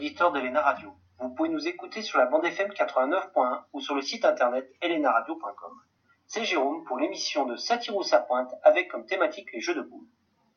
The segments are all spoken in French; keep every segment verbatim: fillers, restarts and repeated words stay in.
Auditeur d'Elena Radio. Vous pouvez nous écouter sur la bande F M quatre-vingt-neuf point un ou sur le site internet elena radio point com. C'est Jérôme pour l'émission de Satyrus à Pointe avec comme thématique les jeux de boules.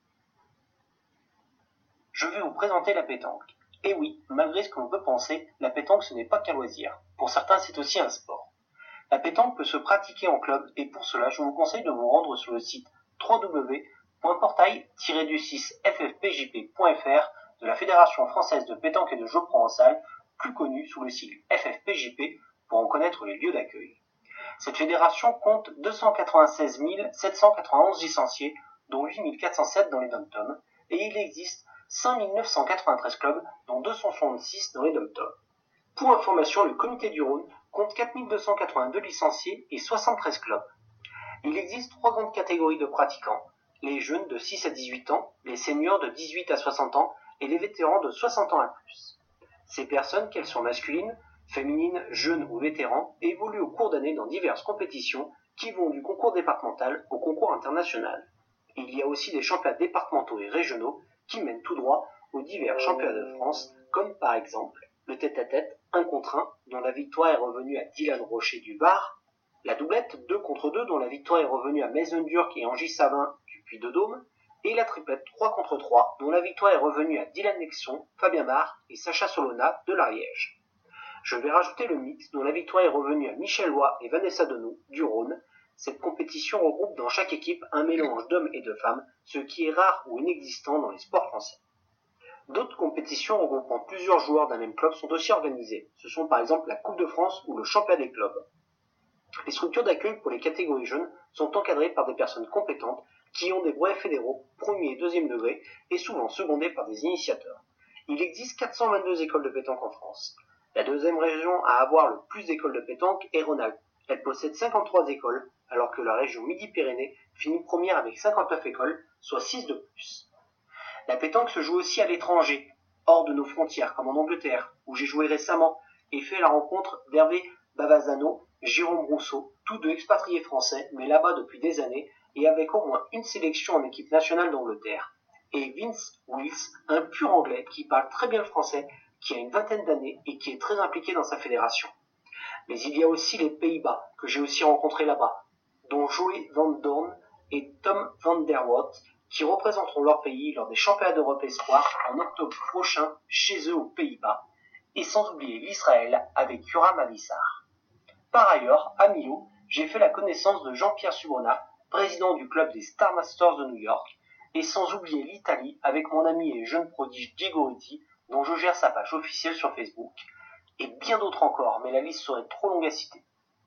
Je vais vous présenter la pétanque. Et oui, malgré ce que l'on peut penser, la pétanque ce n'est pas qu'un loisir. Pour certains, c'est aussi un sport. La pétanque peut se pratiquer en club et pour cela, je vous conseille de vous rendre sur le site w w w point portail tiret du six f f p j p point f r de la Fédération française de pétanque et de jeux provençal, plus connue sous le sigle F F P J P, pour en connaître les lieux d'accueil. Cette fédération compte deux cent quatre-vingt-seize mille sept cent quatre-vingt-onze licenciés, dont huit mille quatre cent sept dans les dom-toms, et il existe cinq mille neuf cent quatre-vingt-treize clubs, dont deux cent soixante-six dans les dom-toms. Pour information, le comité du Rhône compte quatre mille deux cent quatre-vingt-deux licenciés et soixante-treize clubs. Il existe trois grandes catégories de pratiquants: les jeunes de six à dix-huit ans, les seniors de dix-huit à soixante ans et les vétérans de soixante ans à plus. Ces personnes, qu'elles soient masculines, féminines, jeunes ou vétérans, évoluent au cours d'années dans diverses compétitions qui vont du concours départemental au concours international. Il y a aussi des championnats départementaux et régionaux qui mènent tout droit aux divers championnats de France, comme par exemple le tête-à-tête un contre un, dont la victoire est revenue à Dylan Rocher du Var, la doublette deux contre deux, dont la victoire est revenue à Maisonnedurc et Angie Savin du Puy-de-Dôme, et la triplette trois contre trois, dont la victoire est revenue à Dylan Nexon, Fabien Marc et Sacha Solona de l'Ariège. Je vais rajouter le mix, dont la victoire est revenue à Michel Loy et Vanessa Denou du Rhône. Cette compétition regroupe dans chaque équipe un mélange d'hommes et de femmes, ce qui est rare ou inexistant dans les sports français. D'autres compétitions regroupant plusieurs joueurs d'un même club sont aussi organisées. Ce sont par exemple la Coupe de France ou le Championnat des clubs. Les structures d'accueil pour les catégories jeunes sont encadrées par des personnes compétentes qui ont des brevets fédéraux, premier et deuxième degré, et souvent secondés par des initiateurs. Il existe quatre cent vingt-deux écoles de pétanque en France. La deuxième région à avoir le plus d'écoles de pétanque est Rhône-Alpes. Elle possède cinquante-trois écoles, alors que la région Midi-Pyrénées finit première avec cinquante-neuf écoles, soit six de plus. La pétanque se joue aussi à l'étranger, hors de nos frontières, comme en Angleterre, où j'ai joué récemment, et fait la rencontre d'Hervé Bavazzano, Jérôme Rousseau, tous deux expatriés français, mais là-bas depuis des années, et avec au moins une sélection en équipe nationale d'Angleterre. Et Vince Wills, un pur anglais qui parle très bien le français, qui a une vingtaine d'années et qui est très impliqué dans sa fédération. Mais il y a aussi les Pays-Bas, que j'ai aussi rencontrés là-bas, dont Joey Van Dorn et Tom Van der Watt, qui représenteront leur pays lors des championnats d'Europe Espoir en octobre prochain chez eux aux Pays-Bas, et sans oublier l'Israël avec Yoram Avissar. Par ailleurs, à Millau, j'ai fait la connaissance de Jean-Pierre Subrona, président du club des Star Masters de New York, et sans oublier l'Italie avec mon ami et jeune prodige Diego Ritti, dont je gère sa page officielle sur Facebook, et bien d'autres encore, mais la liste serait trop longue à citer.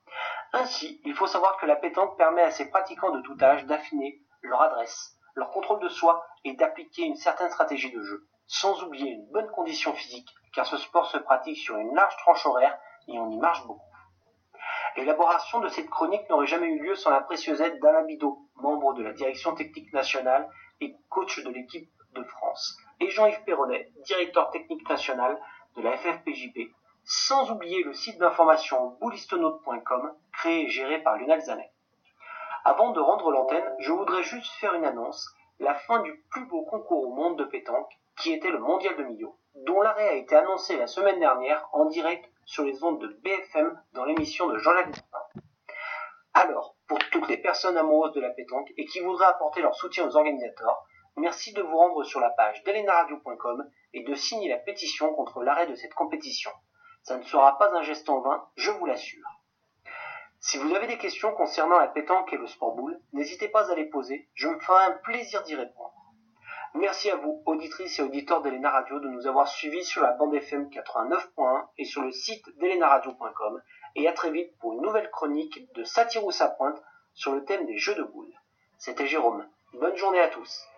Ainsi, il faut savoir que la pétanque permet à ses pratiquants de tout âge d'affiner leur adresse, leur contrôle de soi et d'appliquer une certaine stratégie de jeu, sans oublier une bonne condition physique, car ce sport se pratique sur une large tranche horaire et on y marche beaucoup. L'élaboration de cette chronique n'aurait jamais eu lieu sans la précieuse aide d'Alain Bidot, membre de la direction technique nationale et coach de l'équipe de France, et Jean-Yves Perronnet, directeur technique national de la F F P J P, sans oublier le site d'information boulistonaute point com, créé et géré par Lionel Zanet. Avant de rendre l'antenne, je voudrais juste faire une annonce, la fin du plus beau concours au monde de pétanque, qui était le Mondial de Millau, dont l'arrêt a été annoncé la semaine dernière en direct sur les ondes de B F M dans l'émission de Jean-Jacques Dupin. Alors, pour toutes les personnes amoureuses de la pétanque et qui voudraient apporter leur soutien aux organisateurs, merci de vous rendre sur la page d'elena radio point com et de signer la pétition contre l'arrêt de cette compétition. Ça ne sera pas un geste en vain, je vous l'assure. Si vous avez des questions concernant la pétanque et le sport boule, n'hésitez pas à les poser, je me ferai un plaisir d'y répondre. Merci à vous, auditrices et auditeurs d'Elena Radio, de nous avoir suivis sur la bande F M quatre-vingt-neuf point un et sur le site d'elena radio point com, et à très vite pour une nouvelle chronique de Satyrus à Pointe sur le thème des jeux de boules. C'était Jérôme. Bonne journée à tous.